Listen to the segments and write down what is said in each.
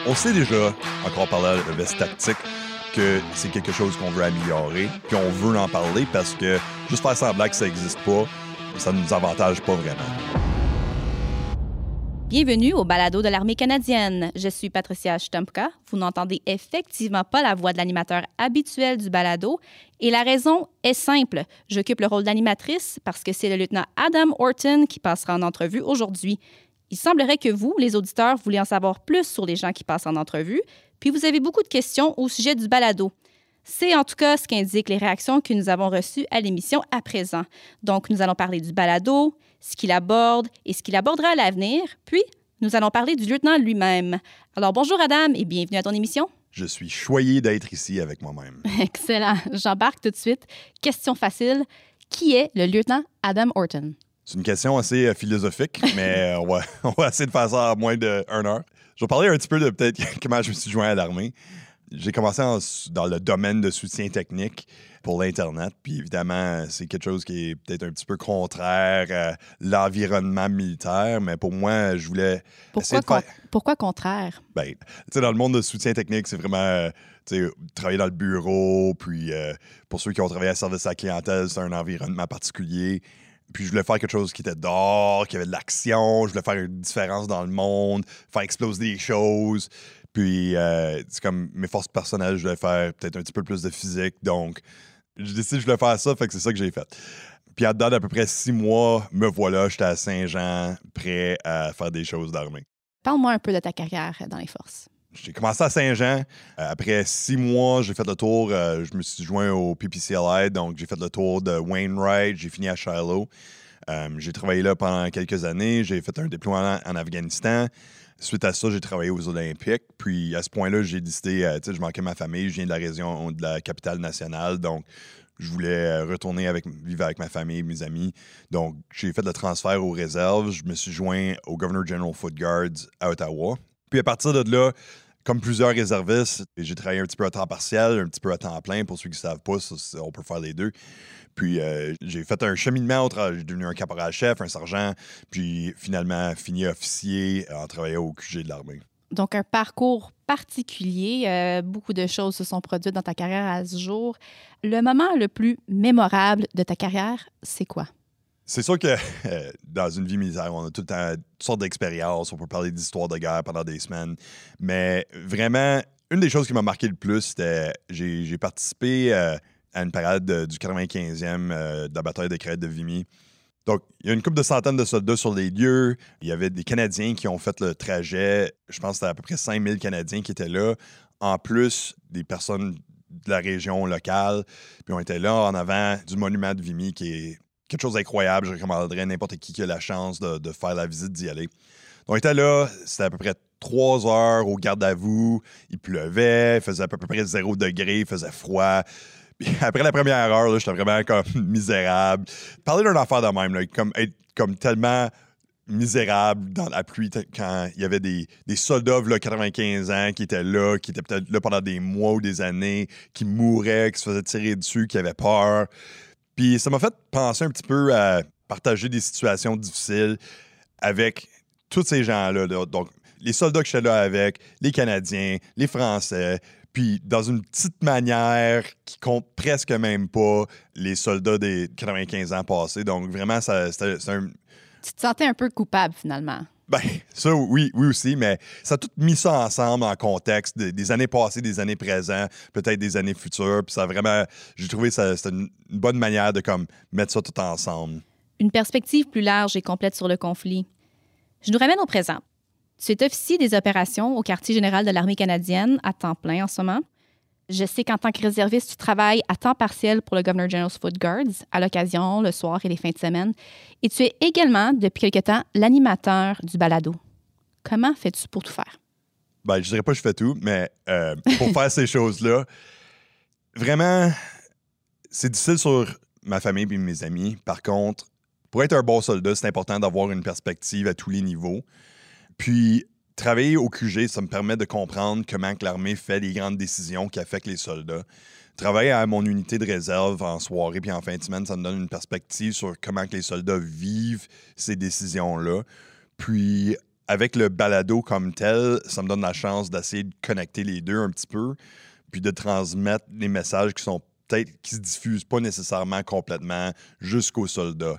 On sait déjà, encore par là, le veste tactique, que c'est quelque chose qu'on veut améliorer, puis on veut en parler parce que juste faire semblant que ça n'existe pas, ça ne nous avantage pas vraiment. Bienvenue au balado de l'Armée canadienne. Je suis Patricia Stumpka. Vous n'entendez effectivement pas la voix de l'animateur habituel du balado. Et la raison est simple. J'occupe le rôle d'animatrice parce que c'est le lieutenant Adam Orton qui passera en entrevue aujourd'hui. Il semblerait que vous, les auditeurs, voulez en savoir plus sur les gens qui passent en entrevue, puis vous avez beaucoup de questions au sujet du balado. C'est en tout cas ce qu'indiquent les réactions que nous avons reçues à l'émission à présent. Donc, nous allons parler du balado, ce qu'il aborde et ce qu'il abordera à l'avenir. Puis, nous allons parler du lieutenant lui-même. Alors, bonjour Adam et bienvenue à ton émission. Je suis choyé d'être ici avec moi-même. Excellent. J'embarque tout de suite. Question facile. Qui est le lieutenant Adam Orton? C'est une question assez philosophique, mais on va essayer de faire ça en moins d'1 heure. Je vais parler un petit peu de peut-être comment je me suis joint à l'armée. J'ai commencé dans le domaine de soutien technique pour l'Internet. Puis évidemment, c'est quelque chose qui est peut-être un petit peu contraire à l'environnement militaire. Mais pour moi, je voulais essayer de faire... Pourquoi contraire? Bien, tu sais, dans le monde de soutien technique, c'est vraiment travailler dans le bureau. Puis pour ceux qui ont travaillé à service à la clientèle, c'est un environnement particulier. Puis je voulais faire quelque chose qui était dehors, qui avait de l'action. Je voulais faire une différence dans le monde, faire exploser des choses. Puis, c'est comme mes forces personnelles, je voulais faire peut-être un petit peu plus de physique. Donc, j'ai décidé que je voulais faire ça, fait que c'est ça que j'ai fait. Puis, à dedans d'à peu près 6 mois, me voilà, j'étais à Saint-Jean, prêt à faire des choses d'armée. Parle-moi un peu de ta carrière dans les forces. J'ai commencé à Saint-Jean. Après 6 mois, j'ai fait le tour. Je me suis joint au PPCLI, donc j'ai fait le tour de Wainwright. J'ai fini à Shiloh. J'ai travaillé là pendant quelques années. J'ai fait un déploiement en Afghanistan. Suite à ça, j'ai travaillé aux Olympiques. Puis à ce point-là, j'ai décidé, je manquais ma famille. Je viens de la région de la capitale nationale. Donc, je voulais retourner vivre avec ma famille, mes amis. Donc, j'ai fait le transfert aux réserves. Je me suis joint au Governor General Foot Guards à Ottawa. Puis à partir de là, comme plusieurs réservistes, j'ai travaillé un petit peu à temps partiel, un petit peu à temps plein. Pour ceux qui ne savent pas, on peut faire les deux. Puis j'ai fait un cheminement, j'ai devenu un caporal-chef, un sergent, puis finalement fini officier en travaillant au QG de l'armée. Donc, un parcours particulier. Beaucoup de choses se sont produites dans ta carrière à ce jour. Le moment le plus mémorable de ta carrière, c'est quoi? C'est sûr que dans une vie militaire, on a tout le temps toutes sortes d'expériences. On peut parler d'histoires de guerre pendant des semaines. Mais vraiment, une des choses qui m'a marqué le plus, c'était j'ai participé à une parade du 95e de la bataille des Crêtes de Vimy. Donc, il y a une couple de centaines de soldats sur les lieux. Il y avait des Canadiens qui ont fait le trajet. Je pense que c'était à peu près 5000 Canadiens qui étaient là. En plus, des personnes de la région locale. Puis on était là en avant du monument de Vimy qui est quelque chose d'incroyable. Je recommanderais à n'importe qui a la chance de faire la visite d'y aller. Donc, on était là. C'était à peu près 3 heures au garde à vous. Il pleuvait. Il faisait à peu près 0 degré. Il faisait froid. Après la première heure, là, j'étais vraiment comme misérable. Parler d'une affaire de même, là, être comme tellement misérable dans la pluie quand il y avait des soldats là, 95 ans qui étaient peut-être là pendant des mois ou des années, qui mouraient, qui se faisaient tirer dessus, qui avaient peur. Puis ça m'a fait penser un petit peu à partager des situations difficiles avec tous ces gens-là. Là. Donc, les soldats que j'étais là avec, les Canadiens, les Français, puis dans une petite manière qui compte presque même pas les soldats des 95 ans passés. Donc vraiment, c'était un... Tu te sentais un peu coupable finalement. Ben, ça, oui aussi, mais ça a tout mis ça ensemble en contexte des années passées, des années présentes, peut-être des années futures. Puis ça vraiment, j'ai trouvé que c'était une bonne manière de comme mettre ça tout ensemble. Une perspective plus large et complète sur le conflit. Je nous ramène au présent. Tu es officier des opérations au quartier général de l'Armée canadienne à temps plein en ce moment. Je sais qu'en tant que réserviste, tu travailles à temps partiel pour le Governor General's Foot Guards, à l'occasion, le soir et les fins de semaine. Et tu es également, depuis quelque temps, l'animateur du balado. Comment fais-tu pour tout faire? Ben, je dirais pas que je fais tout, mais pour faire ces choses-là, vraiment, c'est difficile sur ma famille et mes amis. Par contre, pour être un bon soldat, c'est important d'avoir une perspective à tous les niveaux. Puis, travailler au QG, ça me permet de comprendre comment que l'armée fait les grandes décisions qui affectent les soldats. Travailler à mon unité de réserve en soirée puis en fin de semaine, ça me donne une perspective sur comment que les soldats vivent ces décisions-là. Puis, avec le balado comme tel, ça me donne la chance d'essayer de connecter les deux un petit peu, puis de transmettre des messages qui sont peut-être qui se diffusent pas nécessairement complètement jusqu'aux soldats.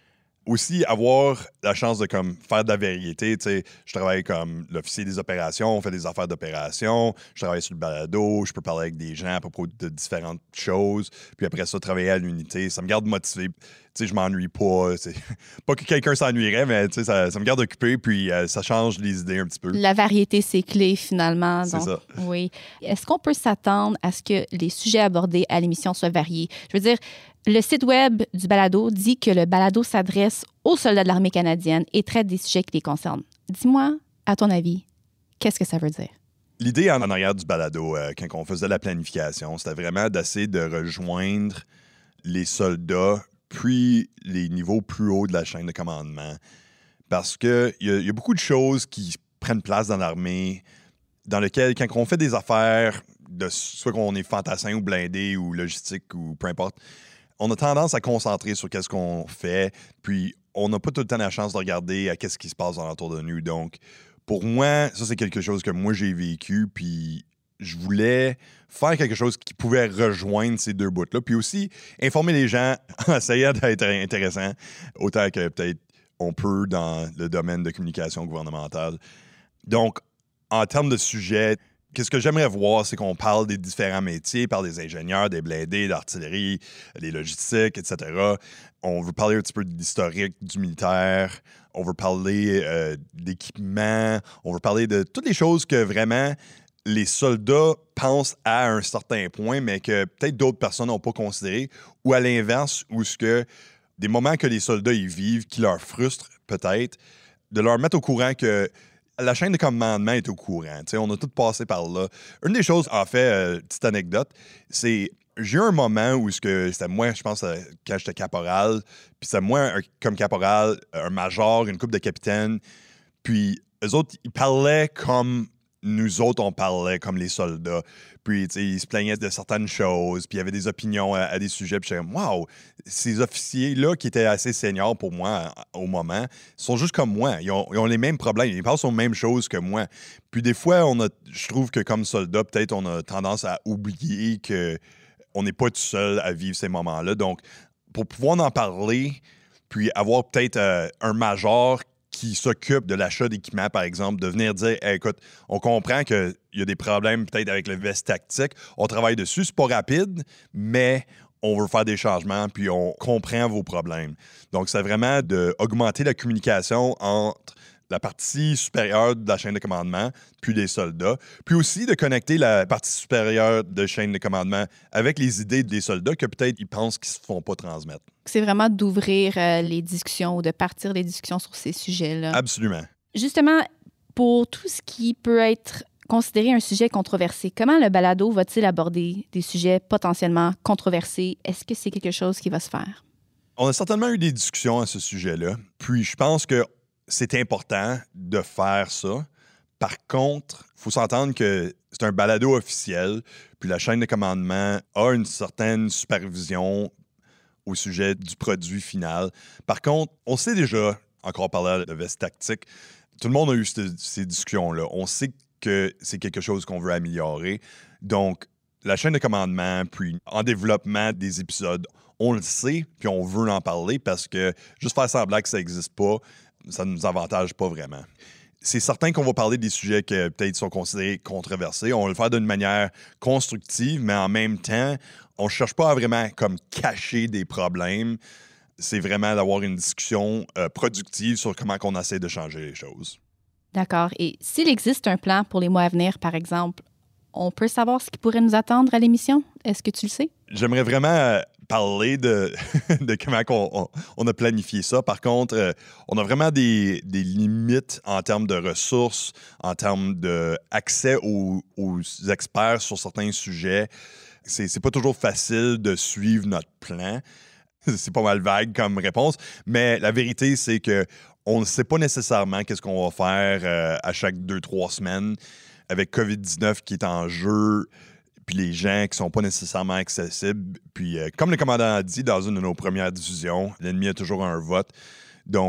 Aussi, avoir la chance de comme, faire de la variété. Tu sais, je travaille comme l'officier des opérations, on fait des affaires d'opération, je travaille sur le balado, je peux parler avec des gens à propos de différentes choses, puis après ça, travailler à l'unité, ça me garde motivé. Tu sais, je m'ennuie pas. C'est pas que quelqu'un s'ennuierait, mais tu sais, ça me garde occupé, puis ça change les idées un petit peu. La variété, c'est clé finalement. C'est donc, ça. Oui. Est-ce qu'on peut s'attendre à ce que les sujets abordés à l'émission soient variés? Je veux dire, le site web du balado dit que le balado s'adresse aux soldats de l'armée canadienne et traite des sujets qui les concernent. Dis-moi, à ton avis, qu'est-ce que ça veut dire? L'idée en arrière du balado, quand on faisait la planification, c'était vraiment d'essayer de rejoindre les soldats puis les niveaux plus hauts de la chaîne de commandement. Parce qu'il y a beaucoup de choses qui prennent place dans l'armée, dans lesquelles, quand on fait des affaires, soit qu'on est fantassin ou blindé ou logistique ou peu importe, on a tendance à concentrer sur qu'est-ce qu'on fait, puis on n'a pas tout le temps la chance de regarder à qu'est-ce qui se passe autour de nous. Donc, pour moi, ça, c'est quelque chose que moi, j'ai vécu, puis je voulais faire quelque chose qui pouvait rejoindre ces deux bouts-là, puis aussi informer les gens en essayant d'être intéressant, autant que peut-être on peut dans le domaine de communication gouvernementale. Donc, en termes de sujet, qu'est-ce que j'aimerais voir, c'est qu'on parle des différents métiers, parle des ingénieurs, des blindés, d'artillerie, des logistiques, etc. On veut parler un petit peu de l'historique du militaire. On veut parler d'équipement. On veut parler de toutes les choses que vraiment les soldats pensent à un certain point, mais que peut-être d'autres personnes n'ont pas considéré. Ou à l'inverse, où ce que des moments que les soldats y vivent, qui leur frustrent peut-être, de leur mettre au courant que la chaîne de commandement est au courant. T'sais, on a tout passé par là. Une des choses, en fait, petite anecdote, c'est j'ai eu un moment où c'était moi, je pense, quand j'étais caporal, puis c'était moi, comme caporal, un major, une couple de capitaines, puis eux autres, ils parlaient comme nous autres, on parlait comme les soldats. Puis, tu sais, ils se plaignaient de certaines choses, puis il y avait des opinions à des sujets. Puis j'étais comme, wow, ces officiers-là qui étaient assez seniors pour moi au moment, sont juste comme moi. Ils ont les mêmes problèmes. Ils pensent aux mêmes choses que moi. Puis des fois, je trouve que comme soldat, peut-être on a tendance à oublier qu'on n'est pas tout seul à vivre ces moments-là. Donc, pour pouvoir en parler, puis avoir peut-être un major qui s'occupe de l'achat d'équipement, par exemple, de venir dire hey, écoute, on comprend qu'il y a des problèmes peut-être avec le veste tactique, on travaille dessus, c'est pas rapide, mais on veut faire des changements, puis on comprend vos problèmes. Donc, c'est vraiment d'augmenter la communication entre la partie supérieure de la chaîne de commandement, puis les soldats, puis aussi de connecter la partie supérieure de la chaîne de commandement avec les idées des soldats que peut-être ils pensent qu'ils ne se font pas transmettre. C'est vraiment d'ouvrir les discussions ou de partir les discussions sur ces sujets-là. Absolument. Justement, pour tout ce qui peut être considéré un sujet controversé, comment le balado va-t-il aborder des sujets potentiellement controversés? Est-ce que c'est quelque chose qui va se faire? On a certainement eu des discussions à ce sujet-là, puis je pense que c'est important de faire ça. Par contre, il faut s'entendre que c'est un balado officiel, puis la chaîne de commandement a une certaine supervision au sujet du produit final. Par contre, on sait déjà, encore parler de veste tactique, tout le monde a eu ces discussions-là. On sait que c'est quelque chose qu'on veut améliorer. Donc, la chaîne de commandement, puis en développement des épisodes, on le sait, puis on veut en parler parce que juste faire semblant que ça n'existe pas, ça ne nous avantage pas vraiment. C'est certain qu'on va parler des sujets qui peut-être sont considérés controversés. On va le faire d'une manière constructive, mais en même temps, on ne cherche pas à vraiment comme cacher des problèmes. C'est vraiment d'avoir une discussion productive sur comment on essaie de changer les choses. D'accord. Et s'il existe un plan pour les mois à venir, par exemple, on peut savoir ce qui pourrait nous attendre à l'émission? Est-ce que tu le sais? J'aimerais vraiment parler de comment on a planifié ça. Par contre, on a vraiment des limites en termes de ressources, en termes d'accès aux experts sur certains sujets. C'est pas toujours facile de suivre notre plan. C'est pas mal vague comme réponse, mais la vérité, c'est que on ne sait pas nécessairement qu'est-ce qu'on va faire à chaque 2-3 semaines. Avec COVID-19 qui est en jeu, puis les gens qui sont pas nécessairement accessibles. Puis, comme le commandant a dit dans une de nos premières diffusions, l'ennemi a toujours un vote. Donc,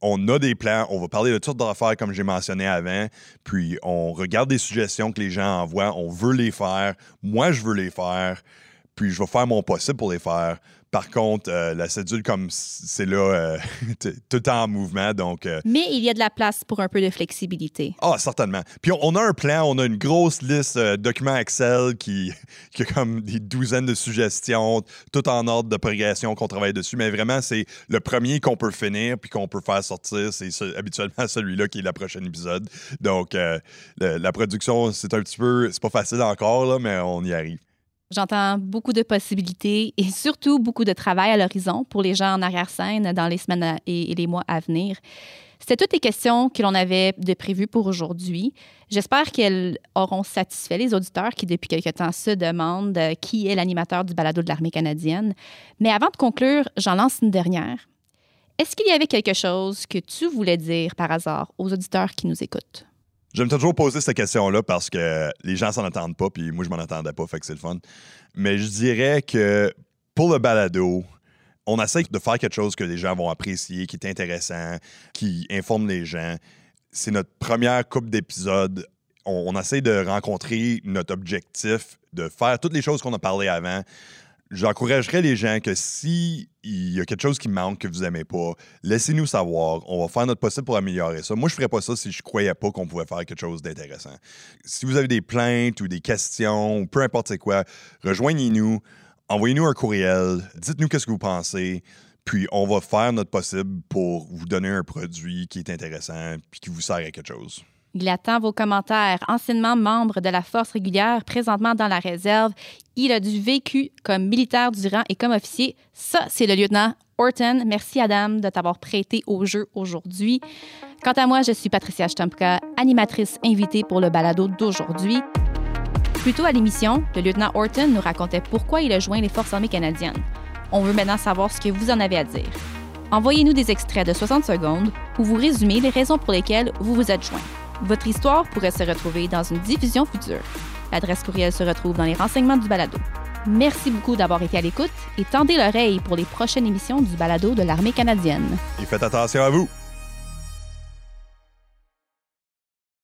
on a des plans, on va parler de toutes d'affaires comme j'ai mentionné avant, puis on regarde des suggestions que les gens envoient, on veut les faire, moi je veux les faire, puis je vais faire mon possible pour les faire. Par contre, la cédule, comme c'est là, tout le temps en mouvement, donc... Mais il y a de la place pour un peu de flexibilité. Ah, certainement. Puis on a un plan, on a une grosse liste de documents Excel qui a comme des douzaines de suggestions, tout en ordre de progression qu'on travaille dessus, mais vraiment, c'est le premier qu'on peut finir puis qu'on peut faire sortir, c'est habituellement celui-là qui est le prochain épisode. Donc, la production, c'est un petit peu... C'est pas facile encore, là, mais on y arrive. J'entends beaucoup de possibilités et surtout beaucoup de travail à l'horizon pour les gens en arrière-scène dans les semaines et les mois à venir. C'était toutes les questions que l'on avait de prévues pour aujourd'hui. J'espère qu'elles auront satisfait les auditeurs qui, depuis quelque temps, se demandent qui est l'animateur du balado de l'Armée canadienne. Mais avant de conclure, j'en lance une dernière. Est-ce qu'il y avait quelque chose que tu voulais dire par hasard aux auditeurs qui nous écoutent? J'aime toujours poser cette question-là parce que les gens s'en attendent pas, puis moi, je m'en attendais pas, fait que c'est le fun. Mais je dirais que pour le balado, on essaie de faire quelque chose que les gens vont apprécier, qui est intéressant, qui informe les gens. C'est notre première couple d'épisodes. On essaie de rencontrer notre objectif, de faire toutes les choses qu'on a parlé avant. J'encouragerais les gens que si il y a quelque chose qui manque, que vous n'aimez pas, laissez-nous savoir. On va faire notre possible pour améliorer ça. Moi, je ne ferais pas ça si je ne croyais pas qu'on pouvait faire quelque chose d'intéressant. Si vous avez des plaintes ou des questions, ou peu importe c'est quoi, rejoignez-nous, envoyez-nous un courriel, dites-nous qu'est-ce que vous pensez, puis on va faire notre possible pour vous donner un produit qui est intéressant puis qui vous sert à quelque chose. Il attend vos commentaires. Anciennement membre de la Force régulière, présentement dans la réserve, il a du vécu comme militaire du rang et comme officier. Ça, c'est le lieutenant Horton. Merci, Adam, de t'avoir prêté au jeu aujourd'hui. Quant à moi, je suis Patricia Sztampka, animatrice invitée pour le balado d'aujourd'hui. Plus tôt à l'émission, le lieutenant Horton nous racontait pourquoi il a joint les Forces armées canadiennes. On veut maintenant savoir ce que vous en avez à dire. Envoyez-nous des extraits de 60 secondes où vous résumez les raisons pour lesquelles vous vous êtes joint. Votre histoire pourrait se retrouver dans une diffusion future. L'adresse courriel se retrouve dans les renseignements du balado. Merci beaucoup d'avoir été à l'écoute et tendez l'oreille pour les prochaines émissions du balado de l'Armée canadienne. Et faites attention à vous!